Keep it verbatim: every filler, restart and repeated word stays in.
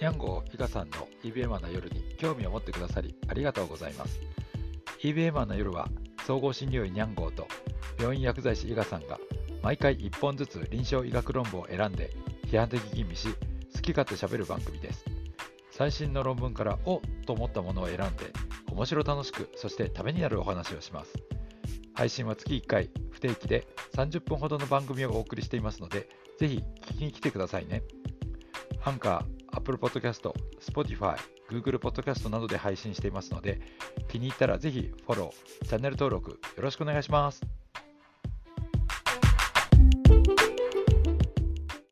ヤンゴー伊賀さんの イービーエマー な夜に興味を持ってくださりありがとうございます。イービーエマー な夜は総合診療医ニャンゴーと病院薬剤師伊賀さんが毎回いっぽんずつ臨床医学論文を選んで批判的吟味し好き勝手喋る番組です。最新の論文からおっと思ったものを選んで面白楽しくそしてためになるお話をします。配信は月いっかい不定期でさんじゅっぷんほどの番組をお送りしていますのでぜひ聞きに来てくださいね。アンカー、Apple Podcast、Spotify、Google Podcast などで配信していますので気に入ったらぜひフォロー、チャンネル登録よろしくお願いします。